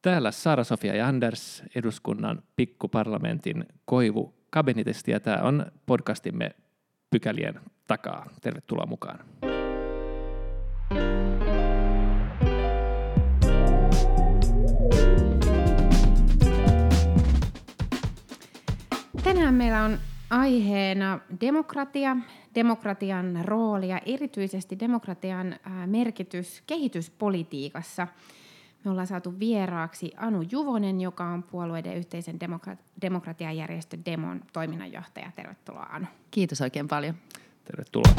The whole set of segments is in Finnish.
Täällä Saara-Sofia ja Anders eduskunnan pikkuparlamentin koivu kabinetista ja tämä on podcastimme Pykälien takaa. Tervetuloa mukaan. Tänään meillä on aiheena demokratia, demokratian rooli ja erityisesti demokratian merkitys kehityspolitiikassa. Me ollaan saatu vieraaksi Anu Juvonen, joka on puolueiden yhteisen demokratiajärjestö Demon toiminnanjohtaja. Tervetuloa, Anu. Kiitos oikein paljon. Tervetuloa.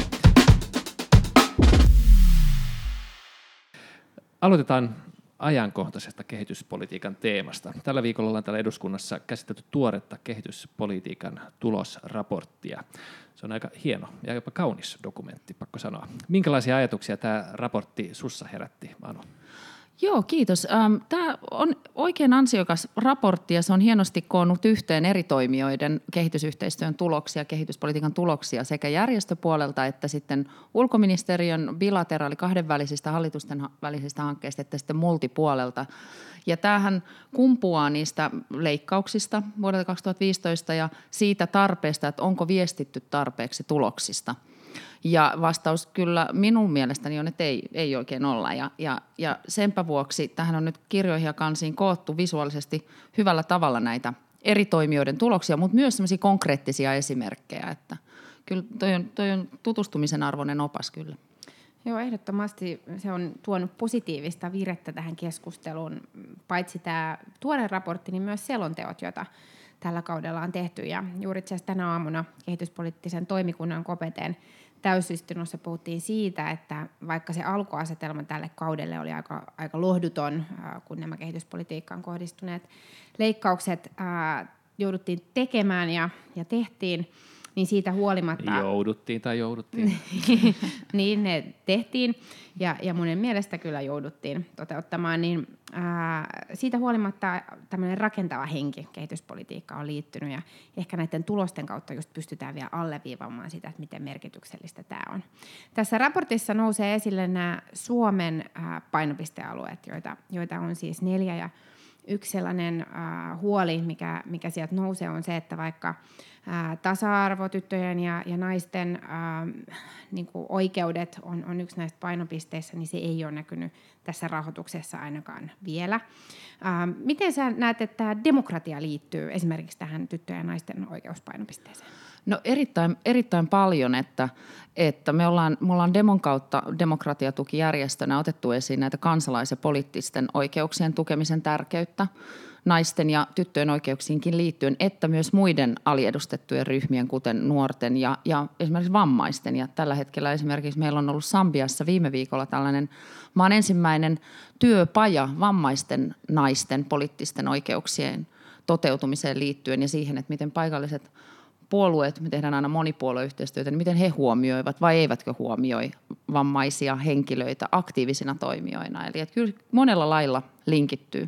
Aloitetaan ajankohtaisesta kehityspolitiikan teemasta. Tällä viikolla ollaan täällä eduskunnassa käsitelty tuoretta kehityspolitiikan tulosraporttia. Se on aika hieno ja jopa kaunis dokumentti, pakko sanoa. Minkälaisia ajatuksia tämä raportti sussa herätti, Anu? Joo, kiitos. Tämä on oikein ansiokas raportti ja se on hienosti koonnut yhteen eri toimijoiden kehitysyhteistyön tuloksia, kehityspolitiikan tuloksia sekä järjestöpuolelta että sitten ulkoministeriön bilateraali kahdenvälisistä hallitusten välisistä hankkeista että sitten multipuolelta. Ja tämähän kumpuaa niistä leikkauksista vuodelta 2015 ja siitä tarpeesta, että onko viestitty tarpeeksi tuloksista. Ja vastaus kyllä minun mielestäni on, että ei oikein olla. Ja senpä vuoksi tähän on nyt kirjoihin ja kansiin koottu visuaalisesti hyvällä tavalla näitä eri toimijoiden tuloksia, mutta myös sellaisia konkreettisia esimerkkejä. Että kyllä toi on tutustumisen arvoinen opas kyllä. Joo, ehdottomasti se on tuonut positiivista virettä tähän keskusteluun. Paitsi tämä tuore raportti, niin myös selonteot, joita tällä kaudella on tehty. Ja juuri itse asiassa tänä aamuna kehityspoliittisen toimikunnan KPT:n täysistunnossa puhuttiin siitä, että vaikka se alkuasetelma tälle kaudelle oli aika lohduton, kun nämä kehityspolitiikkaan kohdistuneet leikkaukset jouduttiin tekemään ja tehtiin, niin siitä huolimatta Jouduttiin. niin ne tehtiin ja monen mielestä kyllä jouduttiin toteuttamaan, niin siitä huolimatta tämmöinen rakentava henki kehityspolitiikkaan on liittynyt ja ehkä näiden tulosten kautta just pystytään vielä alleviivaamaan sitä, että miten merkityksellistä tämä on. Tässä raportissa nousee esille nämä Suomen painopistealueet, joita on siis 4 ja yksi sellainen huoli, mikä sieltä nousee, on se, että vaikka tasa-arvo, tyttöjen ja naisten niin kuin oikeudet on yksi näistä painopisteissä, niin se ei ole näkynyt tässä rahoituksessa ainakaan vielä. Miten sä näet, että tämä demokratia liittyy esimerkiksi tähän tyttöjen ja naisten oikeuspainopisteeseen? No erittäin paljon, että me ollaan Demon kautta demokratiatukijärjestönä otettu esiin näitä kansalais- ja poliittisten oikeuksien tukemisen tärkeyttä naisten ja tyttöjen oikeuksiinkin liittyen, että myös muiden aliedustettujen ryhmien, kuten nuorten ja esimerkiksi vammaisten. Ja tällä hetkellä esimerkiksi meillä on ollut Sambiassa viime viikolla tällainen maan ensimmäinen työpaja vammaisten naisten poliittisten oikeuksien toteutumiseen liittyen ja siihen, että miten paikalliset puolueet, me tehdään aina monipuolueyhteistyötä, niin miten he huomioivat vai eivätkö huomioi vammaisia henkilöitä aktiivisina toimijoina. Eli että kyllä monella lailla linkittyy.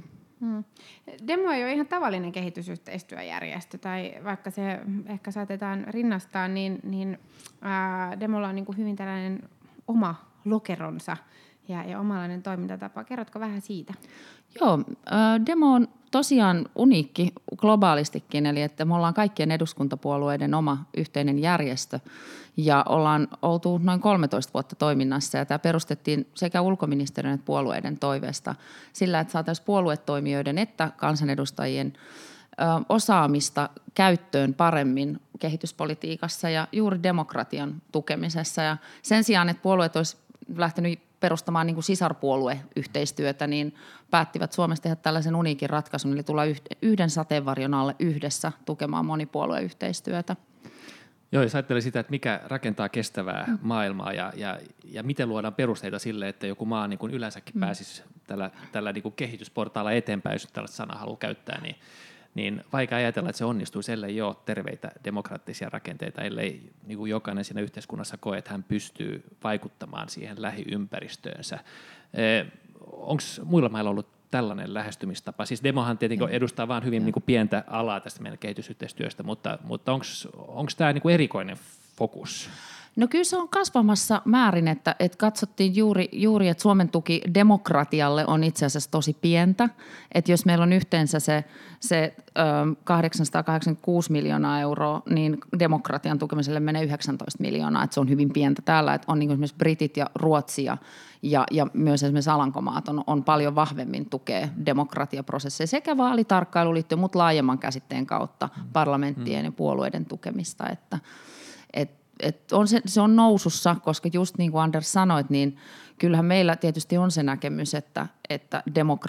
Demo ei ole ihan tavallinen kehitysyhteistyöjärjestö, tai vaikka se ehkä saatetaan rinnastaa, niin Demolla on niin kuin hyvin tällainen oma lokeronsa ja omanlainen toimintatapa. Kerrotko vähän siitä? Joo, Demo on tosiaan uniikki globaalistikin, eli että me ollaan kaikkien eduskuntapuolueiden oma yhteinen järjestö ja ollaan oltu noin 13 vuotta toiminnassa ja tämä perustettiin sekä ulkoministeriön että puolueiden toiveesta sillä, että saataisiin puoluetoimijoiden että kansanedustajien osaamista käyttöön paremmin kehityspolitiikassa ja juuri demokratian tukemisessa ja sen sijaan, että puolueet olisi lähtenyt perustamaan niin kuin sisarpuolueyhteistyötä, niin päättivät Suomessa tehdä tällaisen uniikin ratkaisun, eli tulla yhden sateenvarjon alle yhdessä tukemaan monipuolueyhteistyötä. Joo, jos ajattelee sitä, että mikä rakentaa kestävää maailmaa ja miten luodaan perusteita sille, että joku maa niin kuin yleensäkin pääsisi tällä niin kuin kehitysportaalla eteenpäin, jos tällaista sanaa haluaa käyttää, niin vaikea ajatella, että se onnistuisi, ellei ole terveitä demokraattisia rakenteita, ellei niin kuin jokainen siinä yhteiskunnassa koe, että hän pystyy vaikuttamaan siihen lähiympäristöönsä. Onko muilla mailla ollut tällainen lähestymistapa? Siis Demohan tietenkin edustaa vain hyvin niin kuin pientä alaa tästä meidän kehitysyhteistyöstä, mutta onko tämä niin kuin erikoinen fokus? No kyllä se on kasvamassa määrin, että katsottiin juuri, että Suomen tuki demokratialle on itse asiassa tosi pientä. Että jos meillä on yhteensä se 886 miljoonaa euroa, niin demokratian tukemiselle menee 19 miljoonaa. Että se on hyvin pientä täällä, että on niin kuin esimerkiksi Britit ja Ruotsi ja myös esimerkiksi Alankomaat on paljon vahvemmin tukee demokratiaprosesseja sekä vaalitarkkailuun liittyen, mutta laajemman käsitteen kautta parlamenttien ja puolueiden tukemista, että se on nousussa, koska just niin kuin Anders sanoit, niin kyllähän meillä tietysti on se näkemys, että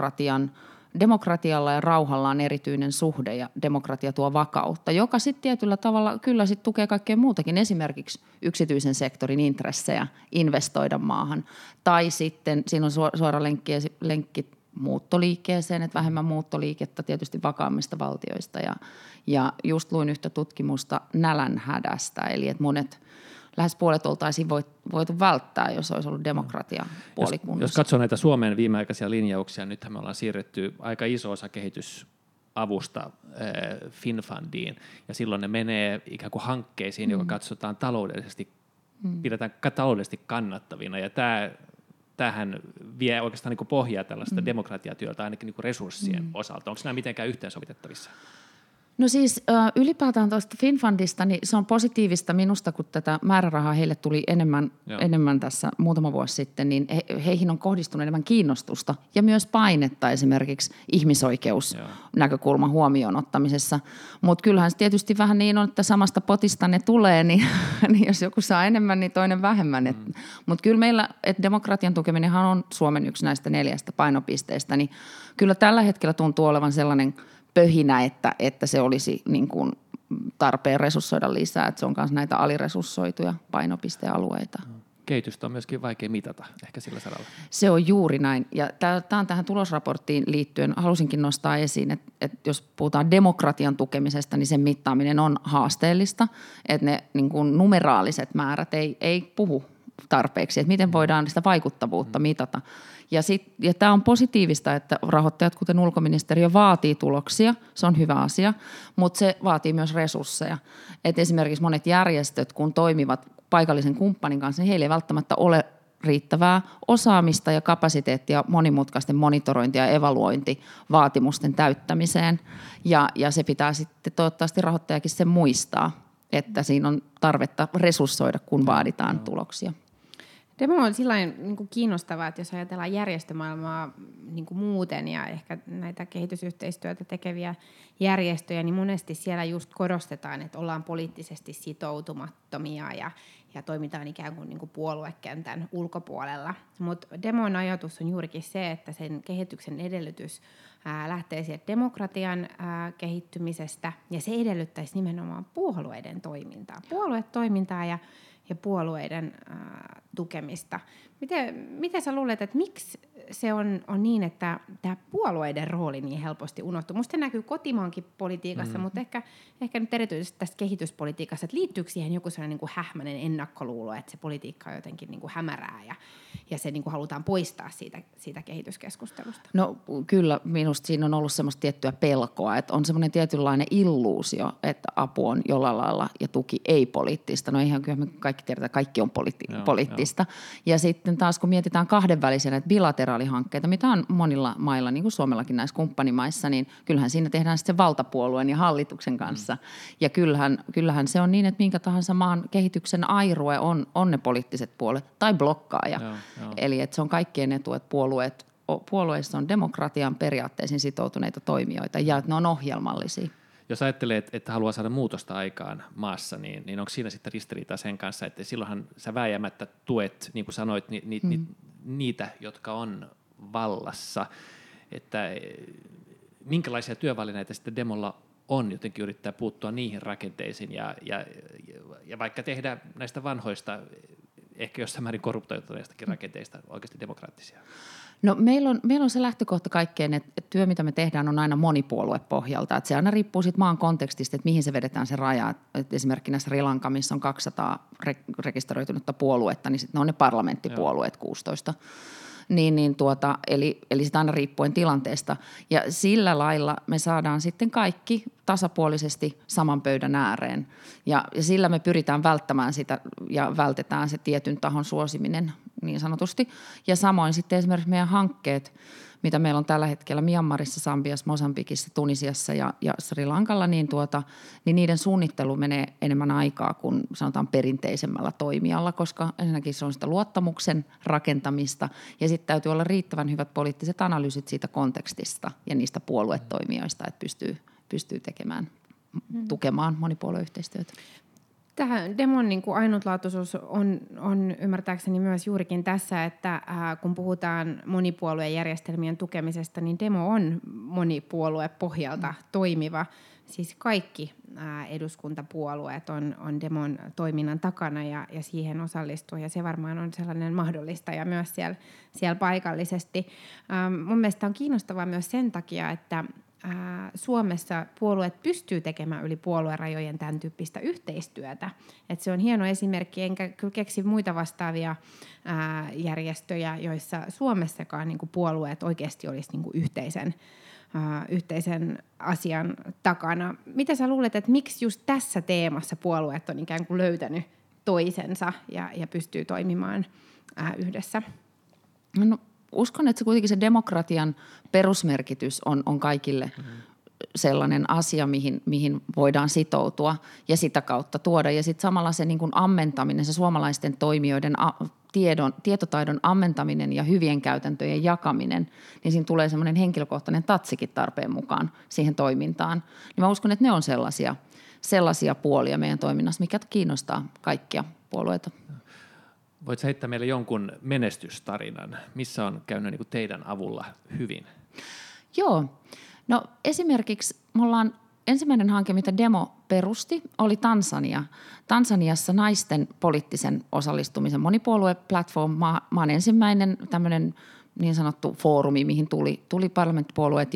demokratialla ja rauhalla on erityinen suhde ja demokratia tuo vakautta, joka sitten tietyllä tavalla kyllä sit tukee kaikkea muutakin, esimerkiksi yksityisen sektorin intressejä investoida maahan. Tai sitten siinä on suora lenkki muuttoliikkeeseen, että vähemmän muuttoliikettä tietysti vakaammista valtioista ja just luin yhtä tutkimusta nälänhädästä, eli että lähes puolet oltaisiin voitu välttää, jos olisi ollut demokratia puolikunnossa. Jos katsoo näitä Suomen viimeaikaisia linjauksia, nythän me ollaan siirretty aika iso osa kehitysavusta FinFundiin, ja silloin ne menee ikään kuin hankkeisiin, joka katsotaan pidetään taloudellisesti kannattavina, ja tämähän vie oikeastaan niin kuin pohjaa tällaista demokratiatyöltä ainakin niin kuin resurssien osalta. Onko nämä mitenkään yhteensovitettavissa? No siis ylipäätään tuosta FinFundista, niin se on positiivista minusta, kun tätä määrärahaa heille tuli enemmän tässä muutama vuosi sitten, niin heihin on kohdistunut enemmän kiinnostusta ja myös painetta esimerkiksi ihmisoikeusnäkökulman huomioon ottamisessa. Mutta kyllähän se tietysti vähän niin on, että samasta potista ne tulee, niin jos joku saa enemmän, niin toinen vähemmän. Mutta kyllä meillä, että demokratian tukeminenhan on Suomen yksi näistä 4 painopisteistä, niin kyllä tällä hetkellä tuntuu olevan sellainen pöhinä, että se olisi niin kuin tarpeen resurssoida lisää, että se on myös näitä aliresurssoituja painopistealueita. Kehitystä on myöskin vaikea mitata ehkä sillä saralla. Se on juuri näin. Ja tämä on tähän tulosraporttiin liittyen, halusinkin nostaa esiin, että jos puhutaan demokratian tukemisesta, niin sen mittaaminen on haasteellista, että ne niin kuin numeraaliset määrät ei puhu tarpeeksi, että miten voidaan sitä vaikuttavuutta mitata. Ja tämä on positiivista, että rahoittajat, kuten ulkoministeriö, vaatii tuloksia, se on hyvä asia, mutta se vaatii myös resursseja. Et esimerkiksi monet järjestöt, kun toimivat paikallisen kumppanin kanssa, niin heillä ei välttämättä ole riittävää osaamista ja kapasiteettia monimutkaisten monitorointi- ja evaluointivaatimusten täyttämiseen. Ja se pitää sitten toivottavasti rahoittajakin sen muistaa, että siinä on tarvetta resurssoida, kun vaaditaan tuloksia. Demo on sillain niin kuin kiinnostavaa, että jos ajatellaan järjestömaailmaa niin kuin muuten ja ehkä näitä kehitysyhteistyötä tekeviä järjestöjä, niin monesti siellä just korostetaan, että ollaan poliittisesti sitoutumattomia ja toimitaan ikään kuin, niin kuin puoluekentän ulkopuolella. Mutta Demon ajatus on juurikin se, että sen kehityksen edellytys lähtee sieltä demokratian kehittymisestä ja se edellyttäisi nimenomaan puolueiden toimintaa. Puoluetoimintaa ja puolueiden tukemista. Miten sä luulet, että miksi se on niin, että tämä puolueiden rooli niin helposti unohtuu? Musta se näkyy kotimaankin politiikassa, mutta ehkä nyt erityisesti tästä kehityspolitiikassa, että liittyykö siihen joku sellainen niin kuin hähmäinen ennakkoluulo, että se politiikka on jotenkin niin kuin hämärää ja se niin kuin halutaan poistaa siitä kehityskeskustelusta? No kyllä, minusta siinä on ollut semmoista tiettyä pelkoa, että on semmoinen tietynlainen illuusio, että apu on jollain lailla ja tuki ei poliittista. No eihän kyllä me kaikki tiedetään, että kaikki on poliittista. Ja sitten taas kun mietitään kahdenvälisiä näitä bilateraalihankkeita, mitä on monilla mailla, niin kuin Suomellakin näissä kumppanimaissa, niin kyllähän siinä tehdään sitten valtapuolueen ja hallituksen kanssa. Ja kyllähän se on niin, että minkä tahansa maan kehityksen airue on ne poliittiset puolet tai blokkaaja. Joo. Eli että se on kaikkien etu, että puolueissa on demokratian periaatteisiin sitoutuneita toimijoita ja että ne on ohjelmallisia. Jos ajattelee, että haluaa saada muutosta aikaan maassa, niin onko siinä sitten ristiriitaa sen kanssa, että silloinhan sä vääjäämättä tuet, niin kuin sanoit, niitä, jotka on vallassa, että minkälaisia työvälineitä sitten Demolla on jotenkin yrittää puuttua niihin rakenteisiin ja vaikka tehdä näistä vanhoista, ehkä jossain määrin korruptoituneistakin rakenteista oikeasti demokraattisia? No meillä on se lähtökohta kaikkeen, että työ, mitä me tehdään, on aina monipuoluepohjalta. Että se aina riippuu siitä maan kontekstista, että mihin se vedetään se raja. Että esimerkkinä Sri Lanka, missä on 200 rekisteröitynyttä puoluetta, niin sitten ne on ne parlamenttipuolueet 16. eli sitä aina riippuen tilanteesta. Ja sillä lailla me saadaan sitten kaikki tasapuolisesti saman pöydän ääreen. Ja sillä me pyritään välttämään sitä ja vältetään se tietyn tahon suosiminen niin sanotusti. Ja samoin sitten esimerkiksi meidän hankkeet, mitä meillä on tällä hetkellä Myanmarissa, Sambiassa, Mosambikissa, Tunisiassa ja Sri Lankalla, niin niiden suunnittelu menee enemmän aikaa kuin sanotaan perinteisemmällä toimijalla, koska ensinnäkin se on sitä luottamuksen rakentamista ja sitten täytyy olla riittävän hyvät poliittiset analyysit siitä kontekstista ja niistä puoluetoimijoista, että pystyy tekemään, tukemaan monipuolueyhteistyötä. Tähän demon niin kuin ainutlaatuisuus on ymmärtääkseni myös juurikin tässä, että kun puhutaan monipuoluejärjestelmien tukemisesta, niin demo on monipuoluepohjalta toimiva. Siis kaikki eduskuntapuolueet on demon toiminnan takana ja siihen osallistuu, ja se varmaan on sellainen mahdollistaja myös siellä paikallisesti. Mun mielestä on kiinnostavaa myös sen takia, että Suomessa puolueet pystyy tekemään yli puoluerajojen tämän tyyppistä yhteistyötä. Et se on hieno esimerkki, enkä kyllä keksi muita vastaavia järjestöjä, joissa Suomessakaan niin kuin puolueet oikeasti olisi niin kuin yhteisen asian takana. Mitä sä luulet, että miksi just tässä teemassa puolueet on ikään kuin löytänyt toisensa ja pystyy toimimaan yhdessä? No, uskon, että se demokratian perusmerkitys on kaikille sellainen asia, mihin voidaan sitoutua ja sitä kautta tuoda. Ja sitten samalla se niin kuin ammentaminen, se suomalaisten toimijoiden tietotaidon ammentaminen ja hyvien käytäntöjen jakaminen, niin siinä tulee semmoinen henkilökohtainen tatsikin tarpeen mukaan siihen toimintaan. Niin mä uskon, että ne on sellaisia puolia meidän toiminnassa, mikä kiinnostaa kaikkia puolueita. Voitko heittää meille jonkun menestystarinan, missä on käynyt niin kuin teidän avulla hyvin? Joo. No esimerkiksi me ollaan ensimmäinen hanke, mitä demo perusti, oli Tansania. Tansaniassa naisten poliittisen osallistumisen monipuolue-platform. Mä oon ensimmäinen tämmöinen niin sanottu foorumi, mihin tuli parlamenttipuolueet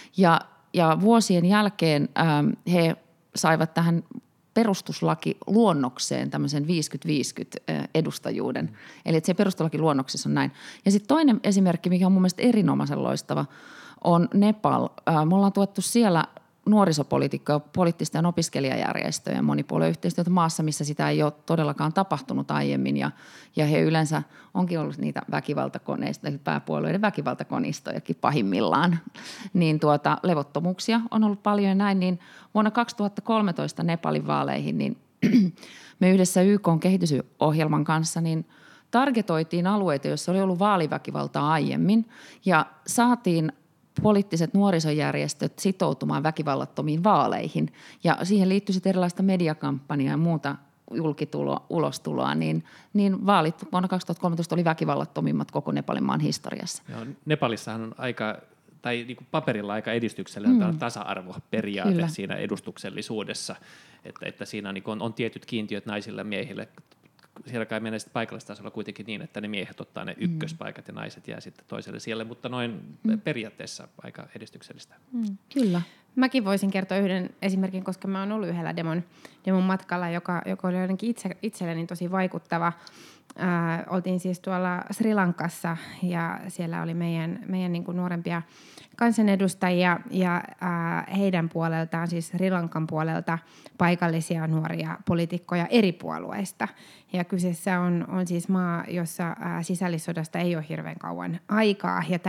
ja vuosien jälkeen he saivat tähän perustuslakiluonnokseen tämmöisen 50-50 edustajuuden. Eli että se perustuslakiluonnoksessa on näin. Ja sitten toinen esimerkki, mikä on mun mielestä erinomaisen loistava, on Nepal. Me ollaan tuettu siellä nuorisopolitiikkaa, poliittisten opiskelijajärjestöjen monipuoleyhteistyötä maassa, missä sitä ei ole todellakaan tapahtunut aiemmin. Ja he yleensä onkin ollut niitä väkivaltakoneista, pääpuolueiden väkivaltakonistojakin pahimmillaan. Niin levottomuuksia on ollut paljon ja näin. Niin vuonna 2013 Nepalin vaaleihin niin me yhdessä YK:n kehitysohjelman kanssa niin targetoitiin alueita, joissa oli ollut vaaliväkivaltaa aiemmin ja saatiin poliittiset nuorisojärjestöt sitoutumaan väkivallattomiin vaaleihin. Ja siihen liittyi sitten erilaista mediakampanjaa ja muuta ulostuloa, niin vaalit vuonna 2013 oli väkivallattomimmat koko Nepalin maan historiassa. Joo, Nepalissahan on tai niin kuin paperilla aika edistyksellinen tasa-arvoperiaate Kyllä. siinä edustuksellisuudessa, että siinä on tietyt kiintiöt naisille ja miehille. Siellä kai menee sitten paikallistasolla kuitenkin niin, että ne miehet ottaa ne ykköspaikat ja naiset jää sitten toiselle siellä, mutta noin periaatteessa aika edistyksellistä. Kyllä. Mäkin voisin kertoa yhden esimerkin, koska mä oon ollut yhdellä demon matkalla, joka oli jotenkin itselleni tosi vaikuttava. Oltiin siis tuolla Sri Lankassa ja siellä oli meidän niin kuin nuorempia kansanedustajia ja heidän puoleltaan, siis Sri Lankan puolelta, paikallisia nuoria poliitikkoja eri puolueista. Ja kyseessä on siis maa, jossa sisällissodasta ei ole hirveän kauan aikaa ja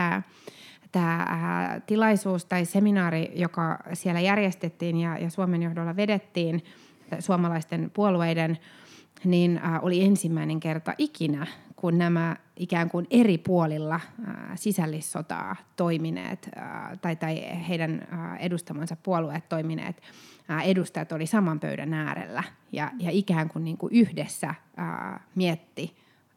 tämä tilaisuus tai seminaari, joka siellä järjestettiin ja Suomen johdolla vedettiin suomalaisten puolueiden, niin oli ensimmäinen kerta ikinä, kun nämä ikään kuin eri puolilla sisällissotaa toimineet tai heidän edustamansa puolueet toimineet edustajat oli saman pöydän äärellä ja ikään kuin, yhdessä mietti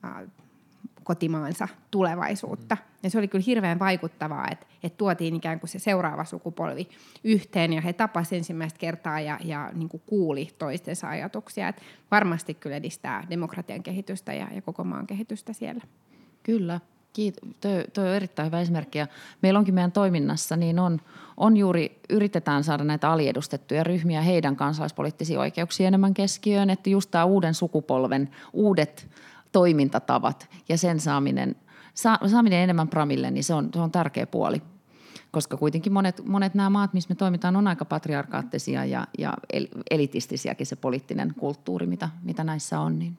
kotimaansa tulevaisuutta. Ja se oli kyllä hirveän vaikuttavaa, että tuotiin ikään kuin se seuraava sukupolvi yhteen ja he tapasivat ensimmäistä kertaa ja niin kuin kuuli toistensa ajatuksia. Että varmasti kyllä edistää demokratian kehitystä ja koko maan kehitystä siellä. Kyllä. Tuo on erittäin hyvä esimerkki. Ja meillä onkin meidän toiminnassa, niin on juuri, yritetään saada näitä aliedustettuja ryhmiä heidän kansalaispoliittisia oikeuksia enemmän keskiöön, että just tämä uuden sukupolven uudet toimintatavat ja sen saaminen saaminen enemmän pramille, niin se on tärkeä puoli. Koska kuitenkin monet nämä maat, missä me toimitaan, on aika patriarkaattisia ja elitistisiäkin se poliittinen kulttuuri, mitä näissä on. Niin.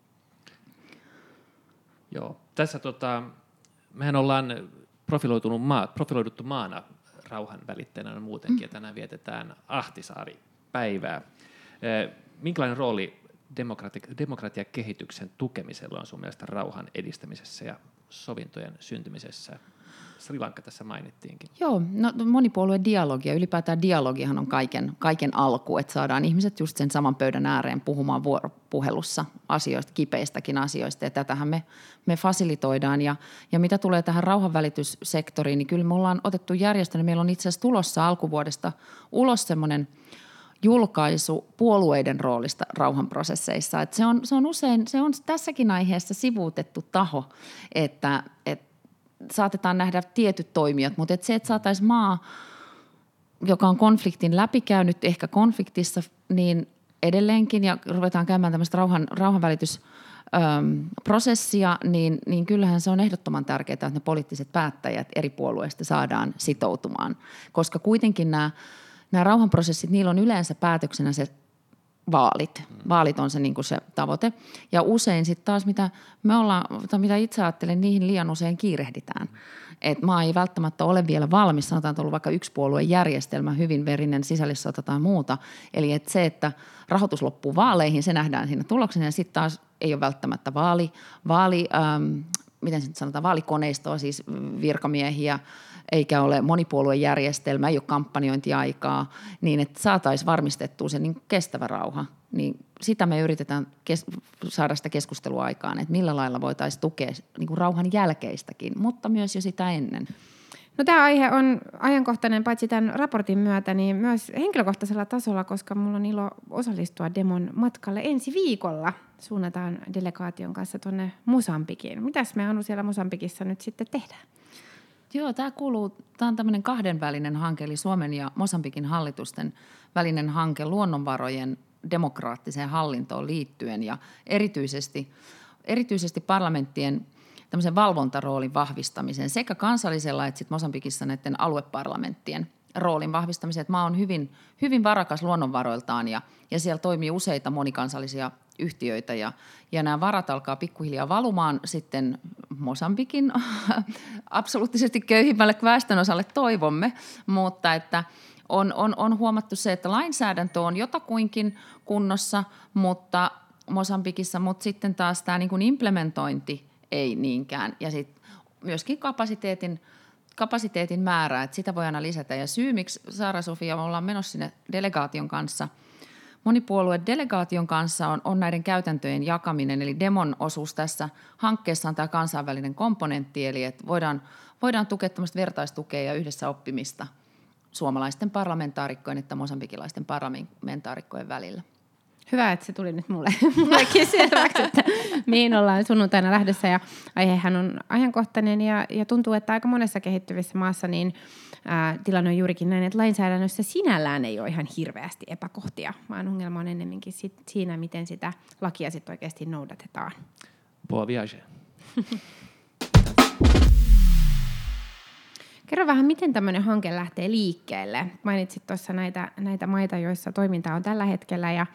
Joo, tässä mehän ollaan profiloiduttu maana rauhan välittäjänä muutenkin, ja tänään vietetään Ahtisaari-päivää. Minkälainen rooli demokratiakehityksen tukemisella on sun mielestä rauhan edistämisessä ja sovintojen syntymisessä? Sri Lanka tässä mainittiinkin. Joo, no monipuoluedialogi ja ylipäätään dialogihan on kaiken alku, että saadaan ihmiset just sen saman pöydän ääreen puhumaan vuoropuhelussa asioista, kipeistäkin asioista, ja tätähän me fasilitoidaan. Ja mitä tulee tähän rauhanvälityssektoriin, niin kyllä me ollaan otettu järjestönä, meillä on itse asiassa tulossa alkuvuodesta ulos semmoinen julkaisu puolueiden roolista rauhanprosesseissa. Että se on tässäkin aiheessa sivuutettu taho, että saatetaan nähdä tietyt toimijat, mutta se, että saataisiin maa, joka on konfliktin läpikäynyt, ehkä konfliktissa, niin edelleenkin, ja ruvetaan käymään tämmöistä rauhanvälitysprosessia, niin kyllähän se on ehdottoman tärkeää, että ne poliittiset päättäjät eri puolueista saadaan sitoutumaan, koska kuitenkin nämä rauhanprosessit, niillä on yleensä päätöksenä se vaalit. Vaalit on se, niin kuin se tavoite. Ja usein sitten taas, mitä itse ajattelen, niihin liian usein kiirehditään. Että maa ei välttämättä ole vielä valmis, sanotaan, että on ollut vaikka yksipuoluejärjestelmä, hyvin verinen sisällissota tai muuta. Eli että se, että rahoitus loppuu vaaleihin, se nähdään siinä tuloksena, ja sitten taas ei ole välttämättä miten se nyt sanotaan, vaalikoneistoa, siis virkamiehiä, eikä ole monipuoluejärjestelmä, ei ole kampanjointiaikaa, niin että saataisiin varmistettua se niin kestävä rauha. Niin sitä me yritetään saada sitä keskustelua aikaan, että millä lailla voitaisiin tukea niin kuin rauhan jälkeistäkin, mutta myös jo sitä ennen. No, tämä aihe on ajankohtainen paitsi tämän raportin myötä, niin myös henkilökohtaisella tasolla, koska minulla on ilo osallistua Demon matkalle ensi viikolla. Suunnataan delegaation kanssa tuonne Mosambikiin. Mitäs me Anu siellä Mosambikissa nyt sitten tehdään? Joo, tämä on tämmöinen kahdenvälinen hanke, eli Suomen ja Mosambikin hallitusten välinen hanke luonnonvarojen demokraattiseen hallintoon liittyen ja erityisesti parlamenttien tämmöisen valvontaroolin vahvistamiseen sekä kansallisella että sitten Mosambikissa näiden alueparlamenttien roolin vahvistamiseen. Että maa on hyvin, hyvin varakas luonnonvaroiltaan ja siellä toimii useita monikansallisia yhtiöitä ja nämä varat alkaa pikkuhiljaa valumaan sitten Mosambikin absoluuttisesti köyhimmälle väestönosalle toivomme, mutta että on huomattu se, että lainsäädäntö on jotakuinkin kunnossa, mutta Mosambikissa, mutta sitten taas tämä niin kuin implementointi ei niinkään ja sitten myöskin kapasiteetin määrää, että sitä voi aina lisätä ja syy, miksi Saara-Sofia me ollaan menossa sinne delegaation kanssa, monipuoluedelegaation kanssa on näiden käytäntöjen jakaminen, eli Demon osuus tässä hankkeessa on tämä kansainvälinen komponentti, eli että voidaan tukea tämmöistä vertaistukea ja yhdessä oppimista suomalaisten parlamentaarikkojen että mosambikilaisten parlamentaarikkojen välillä. Hyvä, että se tuli nyt mullekin selväksi, että mihin ollaan sunnuntaina lähdössä ja aihehan on ajankohtainen ja tuntuu, että aika monessa kehittyvissä maassa niin tilanne on juurikin näin, että lainsäädännössä sinällään ei ole ihan hirveästi epäkohtia, vaan ongelma on ennemminkin siinä, miten sitä lakia sitten oikeasti noudatetaan. Bon viage. Kerro vähän, miten tämmöinen hanke lähtee liikkeelle. Mainitsit tuossa näitä maita, joissa toimintaa on tällä hetkellä ja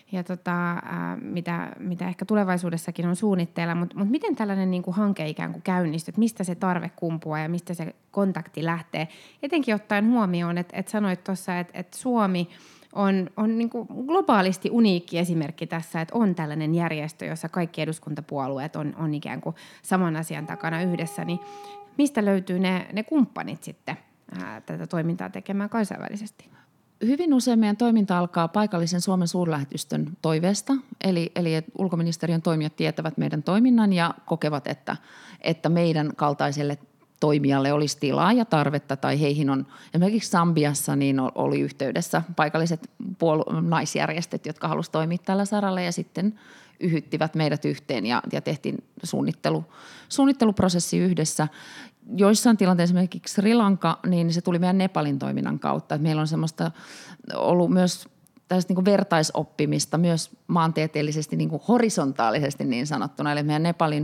mitä ehkä tulevaisuudessakin on suunnitteilla, mutta miten tällainen niin kuin hanke ikään kuin käynnistyy, mistä se tarve kumpuaa ja mistä se kontakti lähtee? Etenkin ottaen huomioon, että sanoit tuossa, että Suomi on niin kuin globaalisti uniikki esimerkki tässä, että on tällainen järjestö, jossa kaikki eduskuntapuolueet on ikään kuin saman asian takana yhdessä, niin mistä löytyy ne kumppanit sitten tätä toimintaa tekemään kansainvälisesti? Hyvin usein meidän toiminta alkaa paikallisen Suomen suurlähetystön toiveesta, eli että ulkoministeriön toimijat tietävät meidän toiminnan ja kokevat, että meidän kaltaiselle toimijalle olisi tilaa ja tarvetta, tai heihin on esimerkiksi Sambiassa niin oli yhteydessä paikalliset naisjärjestöt, jotka halusivat toimia tällä saralla ja sitten yhyttivät meidät yhteen ja tehtiin suunnitteluprosessi yhdessä. Joissain tilanteissa esimerkiksi Sri Lanka, niin se tuli meidän Nepalin toiminnan kautta. Että meillä on semmoista ollut myös tällaista niin kuin vertaisoppimista myös maantieteellisesti niin kuin horisontaalisesti niin sanottuna. Eli meidän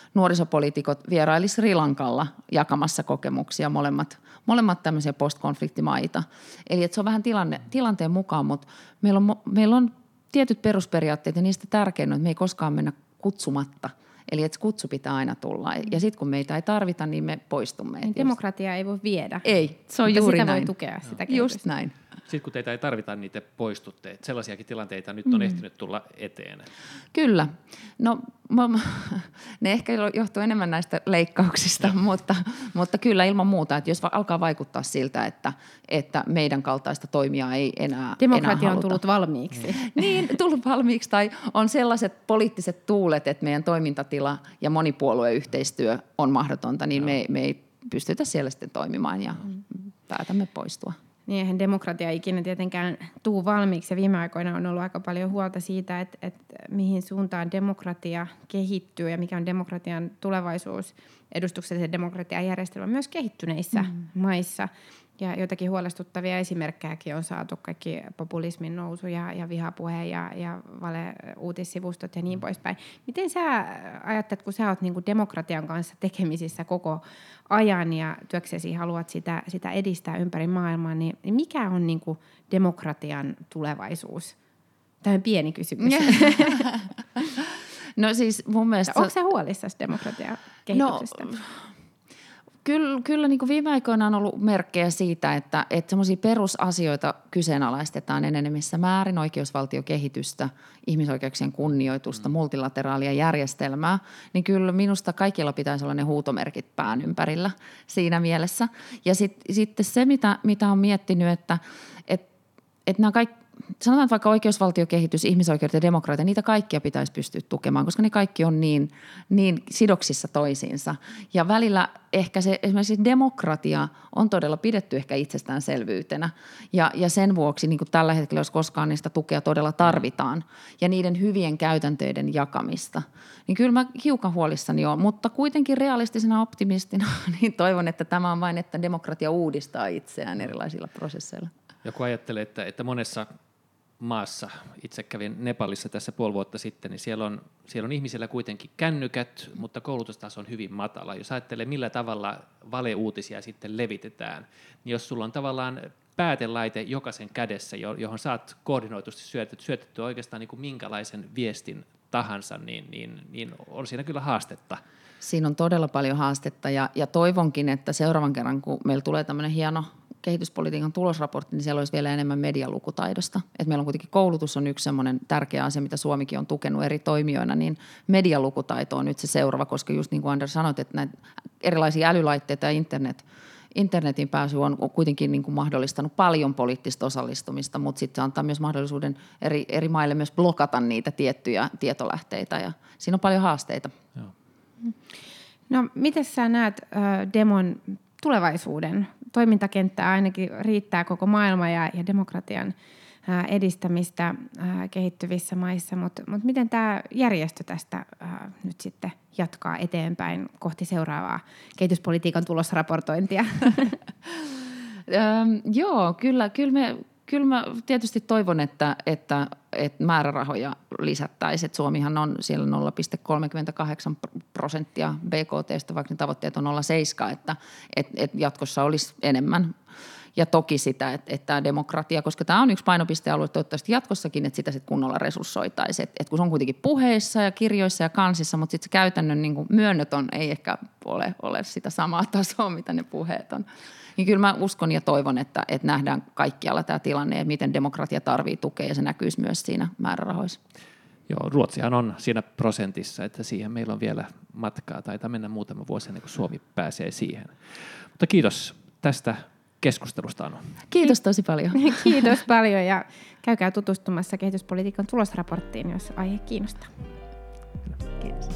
nuorisopoliitikot vieraili Sri Lankalla jakamassa kokemuksia, molemmat tämmöisiä postkonfliktimaita. Eli että se on vähän tilanteen mukaan, mutta meillä on tietyt perusperiaatteet ja niistä tärkein on, että me ei koskaan mennä kutsumatta. Eli että kutsu pitää aina tulla. Ja sitten kun meitä ei tarvita, niin me poistumme. Demokratiaa ei voi viedä. Ei, se on juuri sitä näin. Voi tukea sitä kehitystä. Just näin. Sitten kun teitä ei tarvita, niin te poistutte. Että sellaisiakin tilanteita nyt on ehtinyt tulla eteen. Kyllä. No, ne ehkä johtuu enemmän näistä leikkauksista, mutta kyllä ilman muuta, että jos alkaa vaikuttaa siltä, että meidän kaltaista toimia ei enää Demokratia on tullut valmiiksi. Niin, tullut valmiiksi tai on sellaiset poliittiset tuulet, että meidän toimintatila ja monipuolueyhteistyö on mahdotonta, niin me ei pystytä siellä sitten toimimaan ja päätämme poistua. Niin eihän demokratia ikinä tietenkään tuu valmiiksi. Ja viime aikoina on ollut aika paljon huolta siitä, että mihin suuntaan demokratia kehittyy ja mikä on demokratian tulevaisuus, edustuksellisen demokratian järjestelmä myös kehittyneissä maissa. Ja joitakin huolestuttavia esimerkkejäkin on saatu, kaikki populismin nousu ja vihapuhe ja vale-uutissivustot ja niin poispäin. Miten sä ajattelet, kun sä oot niinku demokratian kanssa tekemisissä koko ajan ja työksesi haluat sitä edistää ympäri maailmaa, niin mikä on niinku demokratian tulevaisuus? Tämä on pieni kysymys. No siis mun mielestä... Onko sä huolissasi demokratian kehityksestä? No, Kyllä niin kuin viime aikoina on ollut merkkejä siitä, että semmoisia perusasioita kyseenalaistetaan enenevissä määrin, oikeusvaltiokehitystä, ihmisoikeuksien kunnioitusta, multilateraalia järjestelmää, niin kyllä minusta kaikilla pitäisi olla ne huutomerkit pään ympärillä siinä mielessä. Ja sitten se, mitä on miettinyt, että nämä kaikki, sanotaan että vaikka oikeusvaltiokehitys, ihmisoikeudet ja demokratia, niitä kaikkia pitäisi pystyä tukemaan, koska ne kaikki on niin sidoksissa toisiinsa. Ja välillä ehkä se esimerkiksi demokratia on todella pidetty ehkä itsestäänselvyytenä. Ja sen vuoksi niin kuin tällä hetkellä, jos koskaan niistä tukea todella tarvitaan ja niiden hyvien käytänteiden jakamista, niin kyllä mä hiukan huolissani olen. Mutta kuitenkin realistisena optimistina niin toivon, että tämä on vain, että demokratia uudistaa itseään erilaisilla prosesseilla. Joku ajattelee, että monessa maassa, itse kävin Nepalissa tässä puoli vuotta sitten, niin siellä on ihmisillä kuitenkin kännykät, mutta koulutustaso on hyvin matala. Jos ajattelee, millä tavalla valeuutisia sitten levitetään, niin jos sulla on tavallaan päätelaite jokaisen kädessä, johon saat koordinoitusti syötettyä oikeastaan niin kuin minkälaisen viestin tahansa, niin on siinä kyllä haastetta. Siinä on todella paljon haastetta ja toivonkin, että seuraavan kerran, kun meillä tulee tämmöinen hieno kehityspolitiikan tulosraportti, niin siellä olisi vielä enemmän medialukutaidosta. Et meillä on kuitenkin koulutus on yksi semmoinen tärkeä asia, mitä Suomikin on tukenut eri toimijoina, niin medialukutaito on nyt se seuraava, koska just niin kuin Anders sanoit, että näitä erilaisia älylaitteita ja internetin pääsy on kuitenkin niin kuin mahdollistanut paljon poliittista osallistumista, mutta sitten se antaa myös mahdollisuuden eri maille myös blokata niitä tiettyjä tietolähteitä ja siinä on paljon haasteita. Joo. No, miten sä näet Demon tulevaisuuden? Toimintakenttää ainakin riittää koko maailma ja demokratian edistämistä kehittyvissä maissa, mutta miten tämä järjestö tästä nyt sitten jatkaa eteenpäin kohti seuraavaa kehityspolitiikan tulosraportointia? Joo, kyllä mä tietysti toivon, että määrärahoja lisättäisiin. Et Suomihan on siellä 0,38% BKT:stä, vaikka ne tavoitteet on 0,7, että jatkossa olisi enemmän. Ja toki sitä, että demokratia, koska tämä on yksi painopistealue toivottavasti jatkossakin, että sitä sitten kunnolla resurssoitaisiin. Että kun se on kuitenkin puheissa ja kirjoissa ja kansissa, mutta sitten se käytännön niin kuin myönnötön ei ehkä ole sitä samaa tasoa, mitä ne puheet on. Niin kyllä mä uskon ja toivon, että nähdään kaikkialla tämä tilanne ja miten demokratia tarvitsee tukea ja se näkyisi myös siinä määrärahoissa. Joo, Ruotsihan on siinä prosentissa, että siihen meillä on vielä matkaa. Taitaa mennä muutama vuosi ennen kuin Suomi pääsee siihen. Mutta kiitos tästä keskustelusta, Anu. Kiitos tosi paljon. Kiitos paljon ja käykää tutustumassa kehityspolitiikan tulosraporttiin, jos aihe kiinnostaa. Kiitos.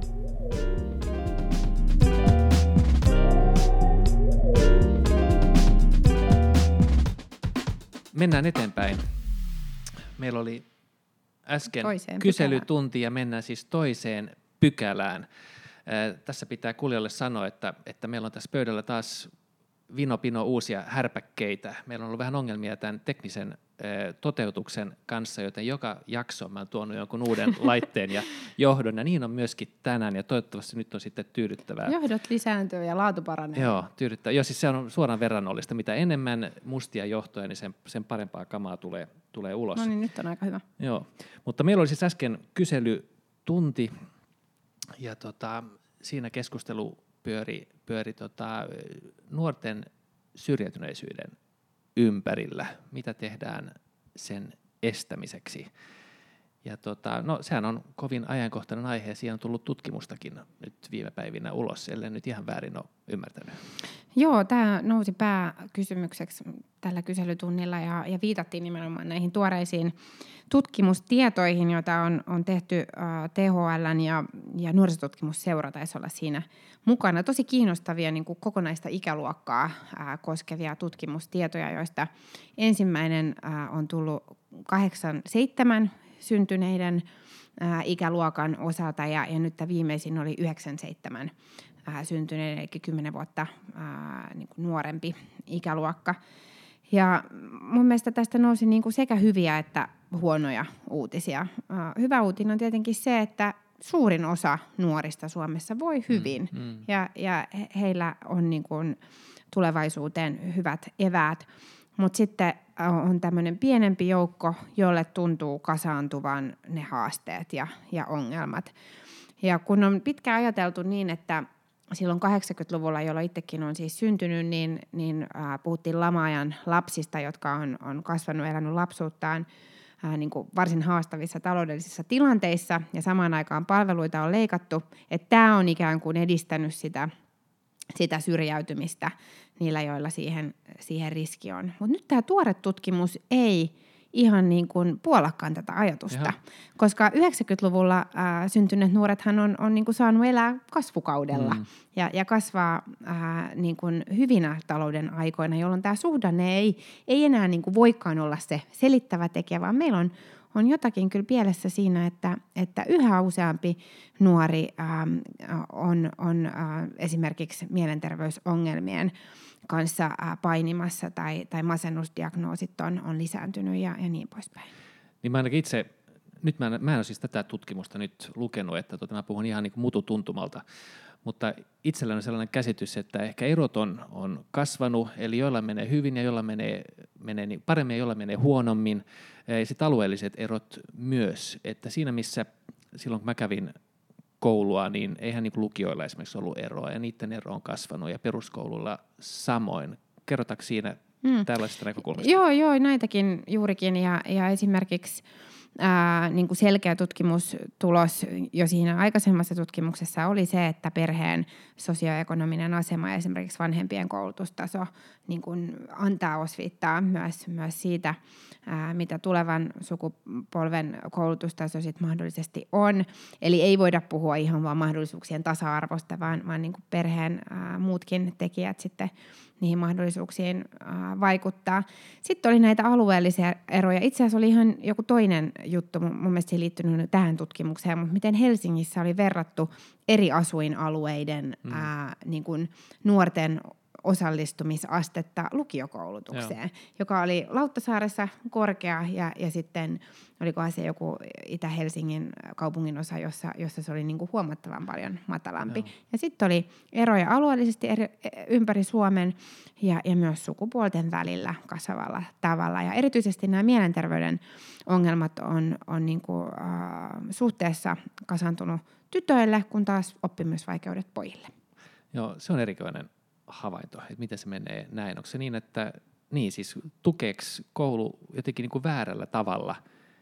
Mennään eteenpäin. Meillä oli äsken kyselytunti ja mennään siis toiseen pykälään. Tässä pitää kuulijalle sanoa, että meillä on tässä pöydällä taas vinopino uusia härpäkkeitä. Meillä on ollut vähän ongelmia tämän teknisen toteutuksen kanssa, joten joka jakso mä oon tuonut jonkun uuden laitteen ja johdon, ja niin on myöskin tänään, ja toivottavasti nyt on sitten tyydyttävää. Johdot lisääntyy ja laatu paranee. Joo, tyydyttävää. Joo, siis se on suoraan verrannollista. Mitä enemmän mustia johtoja, niin sen parempaa kamaa tulee ulos. No niin, nyt on aika hyvä. Joo, mutta meillä oli siis äsken kyselytunti, ja siinä keskustelu pyöri nuorten syrjäytyneisyyden ympärillä. Mitä tehdään sen estämiseksi? Ja no, sehän on kovin ajankohtainen aihe, ja siihen on tullut tutkimustakin nyt viime päivinä ulos, ellei nyt ihan väärin ole ymmärtänyt. Joo, tämä nousi pääkysymykseksi tällä kyselytunnilla ja viitattiin nimenomaan näihin tuoreisiin tutkimustietoihin, joita on tehty THL:n ja nuorisotutkimusseura taisi olla siinä mukana. Tosi kiinnostavia niin kuin kokonaista ikäluokkaa koskevia tutkimustietoja, joista ensimmäinen on tullut 87 syntyneiden ikäluokan osalta ja nyt viimeisin oli 97 syntyneiden, eli 10 vuotta niin kuin nuorempi ikäluokka. Ja mun mielestä tästä nousi niin kuin sekä hyviä että huonoja uutisia. Hyvä uutinen on tietenkin se, että suurin osa nuorista Suomessa voi hyvin ja heillä on niin kuin tulevaisuuteen hyvät eväät. Mutta sitten on tämmöinen pienempi joukko, jolle tuntuu kasaantuvan ne haasteet ja ongelmat. Ja kun on pitkään ajateltu niin, että silloin 80-luvulla, jolloin itsekin on siis syntynyt, niin puhuttiin lama-ajan lapsista, jotka on kasvanut, elänyt lapsuuttaan niin kuin varsin haastavissa taloudellisissa tilanteissa, ja samaan aikaan palveluita on leikattu, että tämä on ikään kuin edistänyt sitä syrjäytymistä niillä, joilla siihen riski on. Mutta nyt tämä tuore tutkimus ei ihan niin kuin puolakaan tätä ajatusta, koska 90-luvulla syntyneet nuorethan on niin kuin saanut elää kasvukaudella ja kasvaa niin kuin hyvinä talouden aikoina, jolloin tämä suhdanne ei enää niin kuin voikaan olla se selittävä tekijä, vaan meillä on jotakin kyllä pielessä siinä, että yhä useampi nuori on esimerkiksi mielenterveysongelmien kanssa painimassa tai masennusdiagnoosit on lisääntynyt ja niin poispäin. Niin mä ainakin itse, nyt mä en ole siis tätä tutkimusta nyt lukenut, että mä puhun ihan niin kuin mututuntumalta, mutta itsellä on sellainen käsitys, että ehkä erot on kasvanut, eli joilla menee hyvin ja joilla menee niin paremmin ja joilla menee huonommin, ja sitten alueelliset erot myös, että siinä missä silloin kun mä kävin koulua, niin eihän niin lukioilla esimerkiksi ollut eroa, ja niiden ero on kasvanut, ja peruskoululla samoin. Kerrotaanko siinä tällaisesta näkökulmasta? Joo, näitäkin juurikin, ja esimerkiksi niin kuin selkeä tutkimustulos jo siinä aikaisemmassa tutkimuksessa oli se, että perheen sosioekonominen asema ja esimerkiksi vanhempien koulutustaso niin kuin antaa osviittaa myös siitä, mitä tulevan sukupolven koulutustaso sit mahdollisesti on. Eli ei voida puhua ihan vaan mahdollisuuksien tasa-arvosta, vaan niin kuin perheen muutkin tekijät sitten niihin mahdollisuuksiin vaikuttaa. Sitten oli näitä alueellisia eroja. Itse asiassa oli ihan joku toinen juttu, mun mielestä se ei liittynyt tähän tutkimukseen, mutta miten Helsingissä oli verrattu eri asuinalueiden niin kuin nuorten osallistumisastetta lukiokoulutukseen, joka oli Lauttasaaressa korkea ja sitten olikohan se joku Itä-Helsingin kaupungin osa, jossa se oli niin kuin huomattavan paljon matalampi. Joo. Ja sitten oli eroja alueellisesti ympäri Suomen ja myös sukupuolten välillä kasvavalla tavalla. Ja erityisesti nämä mielenterveyden ongelmat on niin kuin, suhteessa kasaantunut tytöille, kun taas oppimisvaikeudet pojille. Joo, se on erikoinen havainto, että miten se menee näin. Onko se niin, että siis tukeeko koulu jotenkin niin kuin väärällä tavalla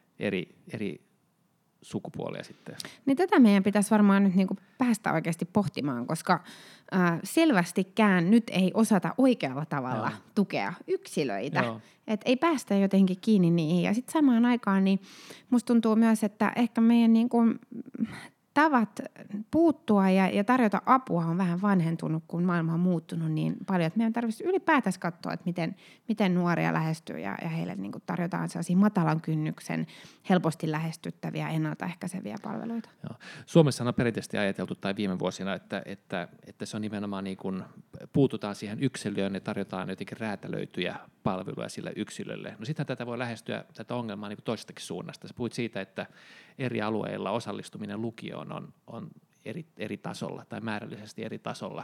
eri sukupuolia sitten? Niin tätä meidän pitäisi varmaan nyt niin kuin päästä oikeasti pohtimaan, koska selvästikään nyt ei osata oikealla tavalla tukea yksilöitä. Et ei päästä jotenkin kiinni niihin. Ja sitten samaan aikaan niin musta tuntuu myös, että ehkä meidän niin kuin tavat puuttua ja tarjota apua on vähän vanhentunut, kun maailma on muuttunut niin paljon, että meidän tarvitsisi ylipäätänsä katsoa, että miten nuoria lähestyy ja heille niin kuin tarjotaan sellaisia matalan kynnyksen, helposti lähestyttäviä, ennaltaehkäiseviä palveluita. Joo. Suomessa on perinteisesti ajateltu tai viime vuosina, että se on nimenomaan niin kuin puututaan siihen yksilöön ja tarjotaan jotenkin räätälöityjä palveluja sille yksilölle. No sitten tätä voi lähestyä tätä ongelmaa niin kuin toisestakin suunnasta. Sä puhuit siitä, että eri alueilla osallistuminen lukioon on eri tasolla tai määrällisesti eri tasolla.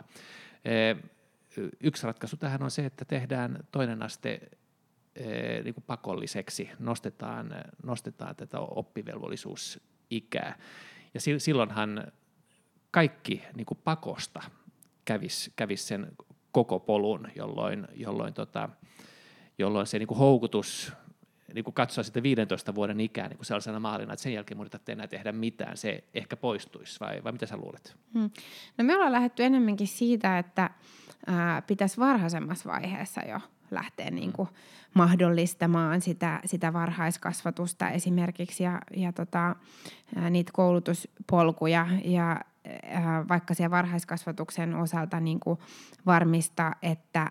Yksi ratkaisu tähän on se, että tehdään toinen aste niin kuin pakolliseksi, nostetaan tätä oppivelvollisuusikää. Ja silloinhan kaikki niin kuin pakosta kävisi sen koko polun, jolloin se niin kuin houkutus niin kuin katsoa sitä 15 vuoden ikää niin kuin sellaisena maalina, että sen jälkeen mun ei tarvitse enää tehdä mitään, se ehkä poistuisi, vai mitä sä luulet? No me ollaan lähdetty enemmänkin siitä, että pitäisi varhaisemmassa vaiheessa jo lähteä niin kuin mahdollistamaan sitä varhaiskasvatusta esimerkiksi ja niitä koulutuspolkuja ja vaikka siellä varhaiskasvatuksen osalta niin kuin varmistaa, että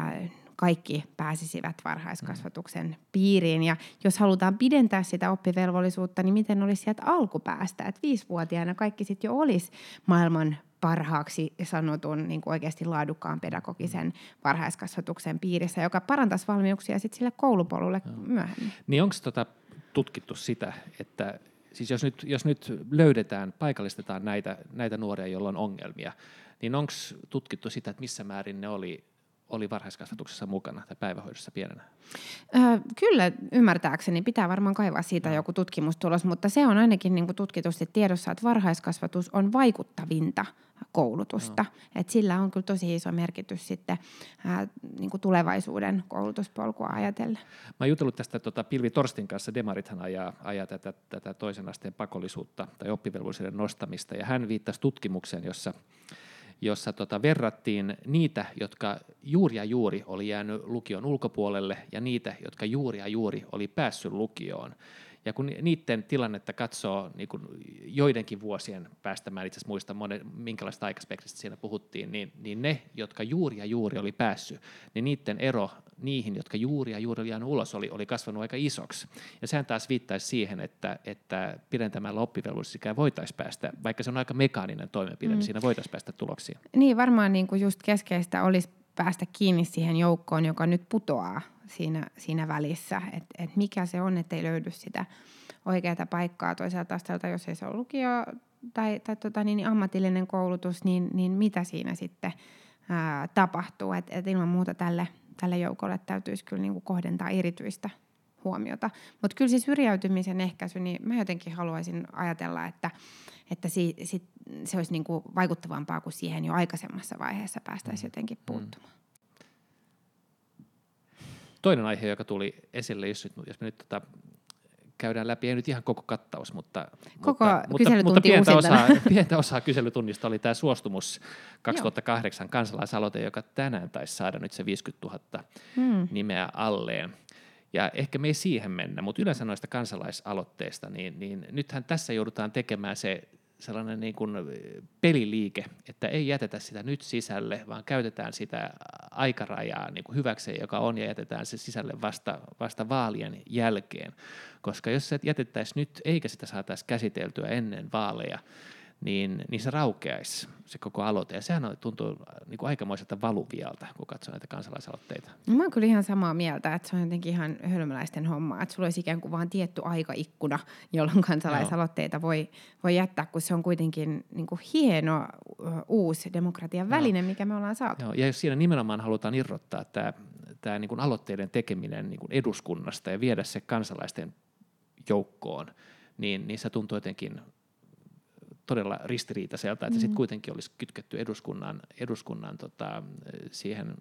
kaikki pääsisivät varhaiskasvatuksen piiriin. Ja jos halutaan pidentää sitä oppivelvollisuutta, niin miten olisi sieltä alkupäästä, että 5-vuotiaana kaikki sitten jo olisi maailman parhaaksi sanotun niin kuin oikeasti laadukkaan pedagogisen varhaiskasvatuksen piirissä, joka parantaisi valmiuksia sitten sille koulupolulle myöhemmin. Niin onko tutkittu sitä, että siis jos nyt löydetään, paikallistetaan näitä nuoria, joilla on ongelmia, niin onko tutkittu sitä, että missä määrin ne oli varhaiskasvatuksessa mukana tai päivähoidossa pienenä? Kyllä ymmärtääkseni pitää varmaan kaivaa siitä joku tutkimustulos, mutta se on ainakin niin kuin tutkitusti tiedossa, että varhaiskasvatus on vaikuttavinta koulutusta. Et sillä on kyllä tosi iso merkitys sitten niin kuin tulevaisuuden koulutuspolkua ajatellen. Mä oon jutellut tästä Pilvi Torstin kanssa, demarithan ajaa tätä toisen asteen pakollisuutta tai oppivelvollisuuden nostamista, ja hän viittasi tutkimukseen, jossa verrattiin niitä, jotka juuri ja juuri oli jäänyt lukion ulkopuolelle, ja niitä, jotka juuri ja juuri oli päässyt lukioon. Ja kun niiden tilannetta katsoo niin kun joidenkin vuosien päästä, mä en itse asiassa muista minkälaista aikaspektristä siinä puhuttiin, niin ne, jotka juuri ja juuri oli päässyt, niin niiden ero niihin, jotka juuri ja juuri oli jäänyt ulos, oli kasvanut aika isoksi. Ja sehän taas viittaisi siihen, että pidentämällä oppivelvollisuusikää voitaisiin päästä, vaikka se on aika mekaaninen toimenpide, niin siinä voitaisiin päästä tuloksiin. Niin, varmaan niin kuin just keskeistä olisi päästä kiinni siihen joukkoon, joka nyt putoaa siinä välissä, että mikä se on, ettei löydy sitä oikeaa paikkaa toiselta asteelta, jos ei se ole lukio tai ammatillinen koulutus, niin mitä siinä sitten tapahtuu, että ilman muuta tälle joukolle täytyisi kyllä niin kuin kohdentaa erityistä huomiota. Mutta kyllä siis syrjäytymisen ehkäisy, niin mä jotenkin haluaisin ajatella, että se olisi niin kuin vaikuttavampaa kuin siihen jo aikaisemmassa vaiheessa päästäisiin jotenkin puuttumaan. Toinen aihe, joka tuli esille, jos me nyt käydään läpi, ei nyt ihan koko kattaus, mutta pientä osaa kyselytunnista oli tämä Suostumus 2008 kansalaisaloite, joka tänään taisi saada nyt se 50 000 nimeä alleen. Ja ehkä me ei siihen mennä, mutta yleensä noista kansalaisaloitteista, niin nythän tässä joudutaan tekemään se sellainen niin kuin peliliike, että ei jätetä sitä nyt sisälle, vaan käytetään sitä aikarajaa niin kuin hyväkseen, joka on, ja jätetään se sisälle vasta vaalien jälkeen. Koska jos se jätettäisiin nyt, eikä sitä saataisiin käsiteltyä ennen vaaleja, niin se raukeaisi, se koko aloite. Ja sehän tuntuu niin kuin aikamoiselta valuvialta, kun katsoo näitä kansalaisaloitteita. No, mä oon kyllä ihan samaa mieltä, että se on jotenkin ihan hölmöläisten homma, että sulla olisi ikään kuin vaan tietty aikaikkuna, jolloin kansalaisaloitteita voi jättää, kun se on kuitenkin niin kuin hieno uusi demokratian väline, mikä me ollaan saatu. Joo, ja jos siinä nimenomaan halutaan irrottaa tämä niin kuin aloitteiden tekeminen niin kuin eduskunnasta ja viedä se kansalaisten joukkoon, niin se tuntuu jotenkin todella ristiriitaiselta, että sitten kuitenkin olisi kytketty eduskunnan siihen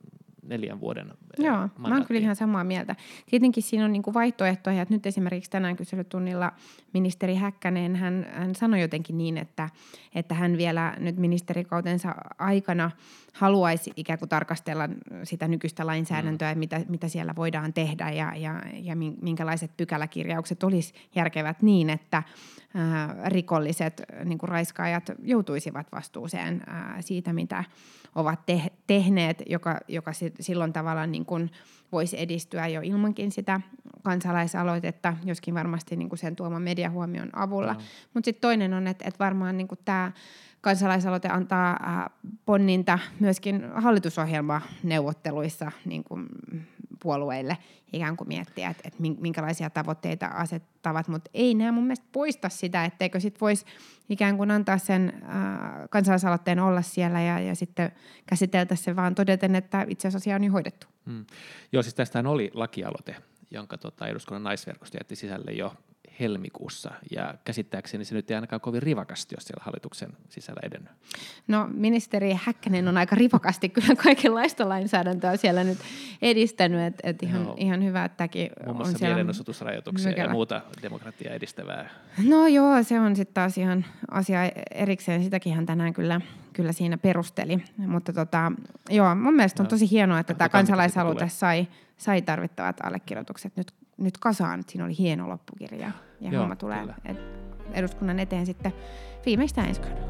4 vuoden Joo, mä oon kyllä ihan samaa mieltä. Tietenkin siinä on niinku vaihtoehtoja, että nyt esimerkiksi tänään kyselytunnilla ministeri Häkkänen, hän sanoi jotenkin niin, että hän vielä nyt ministerikautensa aikana haluaisi ikään kuin tarkastella sitä nykyistä lainsäädäntöä, mitä siellä voidaan tehdä ja minkälaiset pykäläkirjaukset olisi järkevät niin, että rikolliset niin kuin raiskaajat joutuisivat vastuuseen siitä, mitä ovat tehneet, joka silloin tavallaan niin kuin voisi edistyä jo ilmankin sitä kansalaisaloitetta, joskin varmasti niin kuin sen tuoman mediahuomion avulla. Mutta sitten toinen on, että varmaan niin kuin tämä kansalaisaloite antaa ponninta myöskin hallitusohjelmaneuvotteluissa niin kuin puolueille ikään kuin miettiä, että minkälaisia tavoitteita asettavat, mutta ei nämä mun mielestä poista sitä, etteikö sit voisi ikään kuin antaa sen kansalaisaloitteen olla siellä ja sitten käsiteltäisiin se vaan todeten, että itse asiassa asia on jo hoidettu. Joo, siis tästähän oli lakialoite, jonka eduskunnan naisverkosto jätti sisälle jo helmikuussa, ja käsittääkseni se nyt ei ainakaan kovin rivakasti ole siellä hallituksen sisällä edennyt. No, ministeri Häkkänen on aika rivakasti kyllä kaikenlaista lainsäädäntöä siellä nyt edistänyt, että ihan hyvä, että tämäkin muun muassa on siellä mielenosoitusrajoituksia ja muuta demokratiaa edistävää. No joo, se on sitten taas ihan asia erikseen, sitäkin hän tänään kyllä siinä perusteli, mutta joo, mun mielestä on tosi hienoa, että tämä kansalaisaloite sai tarvittavat allekirjoitukset nyt kasaan, että siinä oli hieno loppukirja ja homma tulee eduskunnan eteen sitten viimeistään ensi kaudella.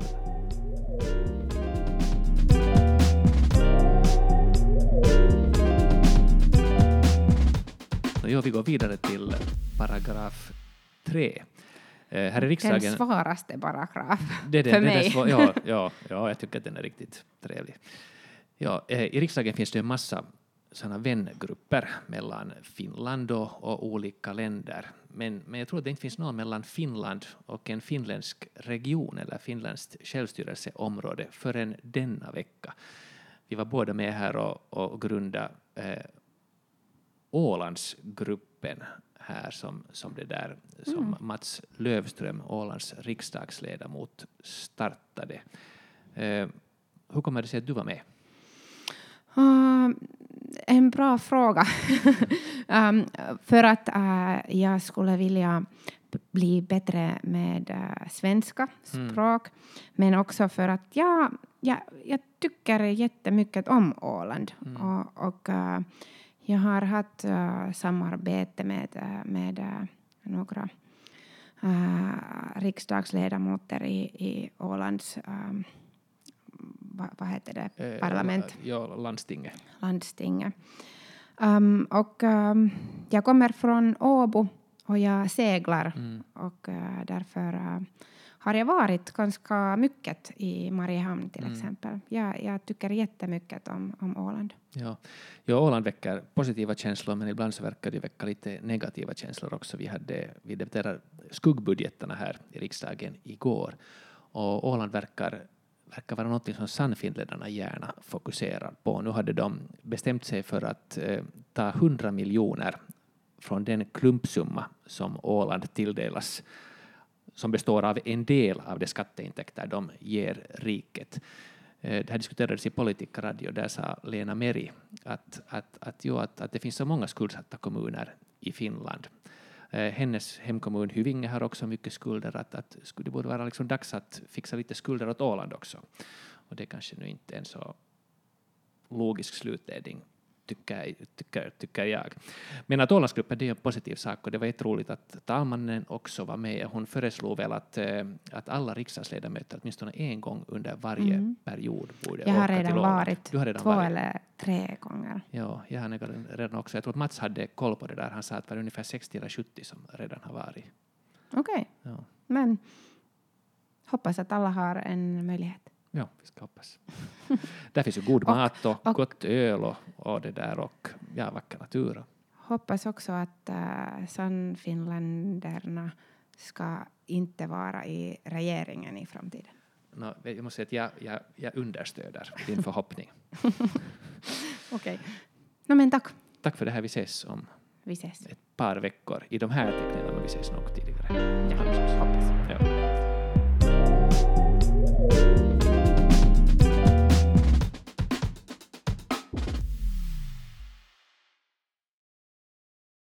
No joo, vi går vidare till paragraf 3. Här i riksdagen... Den svåraste paragraf för mig. Ja, jag tycker att den är riktigt trevlig. Ja, i riksdagen finns det en massa sådana vängrupper mellan Finland och olika länder. Men jag tror att det inte finns någon mellan Finland och en finländsk region eller finländskt självstyrelseområde förrän denna vecka. Vi var båda med här och grundade Ålandsgruppen här som det där som Mats Löfström, Ålands riksdagsledamot, startade. Hur kommer det sig att du var med? En bra fråga. För att jag skulle vilja bli bättre med svenska språk. Men också för att jag tycker jättemycket om Åland. Och jag har haft samarbete med några riksdagsledamöter i Ålands vad heter det? Parlament. Ja, landstinget. Och jag kommer från Åbo och jag seglar och därför har jag varit ganska mycket i Mariehamn till exempel. Jag tycker jättemycket om Åland. Ja, Åland väcker positiva känslor, men ibland så verkar det väcka lite negativa känslor också. Vi debatterade skuggbudgeterna här i riksdagen igår, och Åland verkar vara något som sannfinländarna gärna fokuserar på. Nu hade de bestämt sig för att ta 100 miljoner från den klumpsumma som Åland tilldelas, som består av en del av de skatteintäkter de ger riket. Det här diskuterades i Politika Radio, där sa Lena Meri att det finns så många skuldsatta kommuner i Finland. Hennes hemkommun Hyvinge har också mycket skulder, att det borde vara liksom dags att fixa lite skulder åt Åland också. Och det kanske nu inte är en så logisk slutledning, tycker jag. Men att Ålandsgruppen, det är en positiv sak, och det var jätteroligt att talmannen också var med. Hon föreslog väl att alla riksdagsledamöter åtminstone en gång under varje period borde åka till Åland. Jag har redan varit 2 eller 3 gånger. Ja, jag har redan också. Jag tror att Mats hade koll på det där. Han sa att det var ungefär 60 eller 70 som redan har varit. Okej. Ja. Men hoppas att alla har en möjlighet. Ja, vi ska hoppas. Där finns ju god mat och gott öl och det där, och vacker natur. Hoppas också att sannfinländarna ska inte vara i regeringen i framtiden. No, jag måste säga att jag understöder din förhoppning. Okej. No men tack. Tack för det här. Vi ses om ett par veckor i de här tecknen, men vi ses nog tidigare. Ja.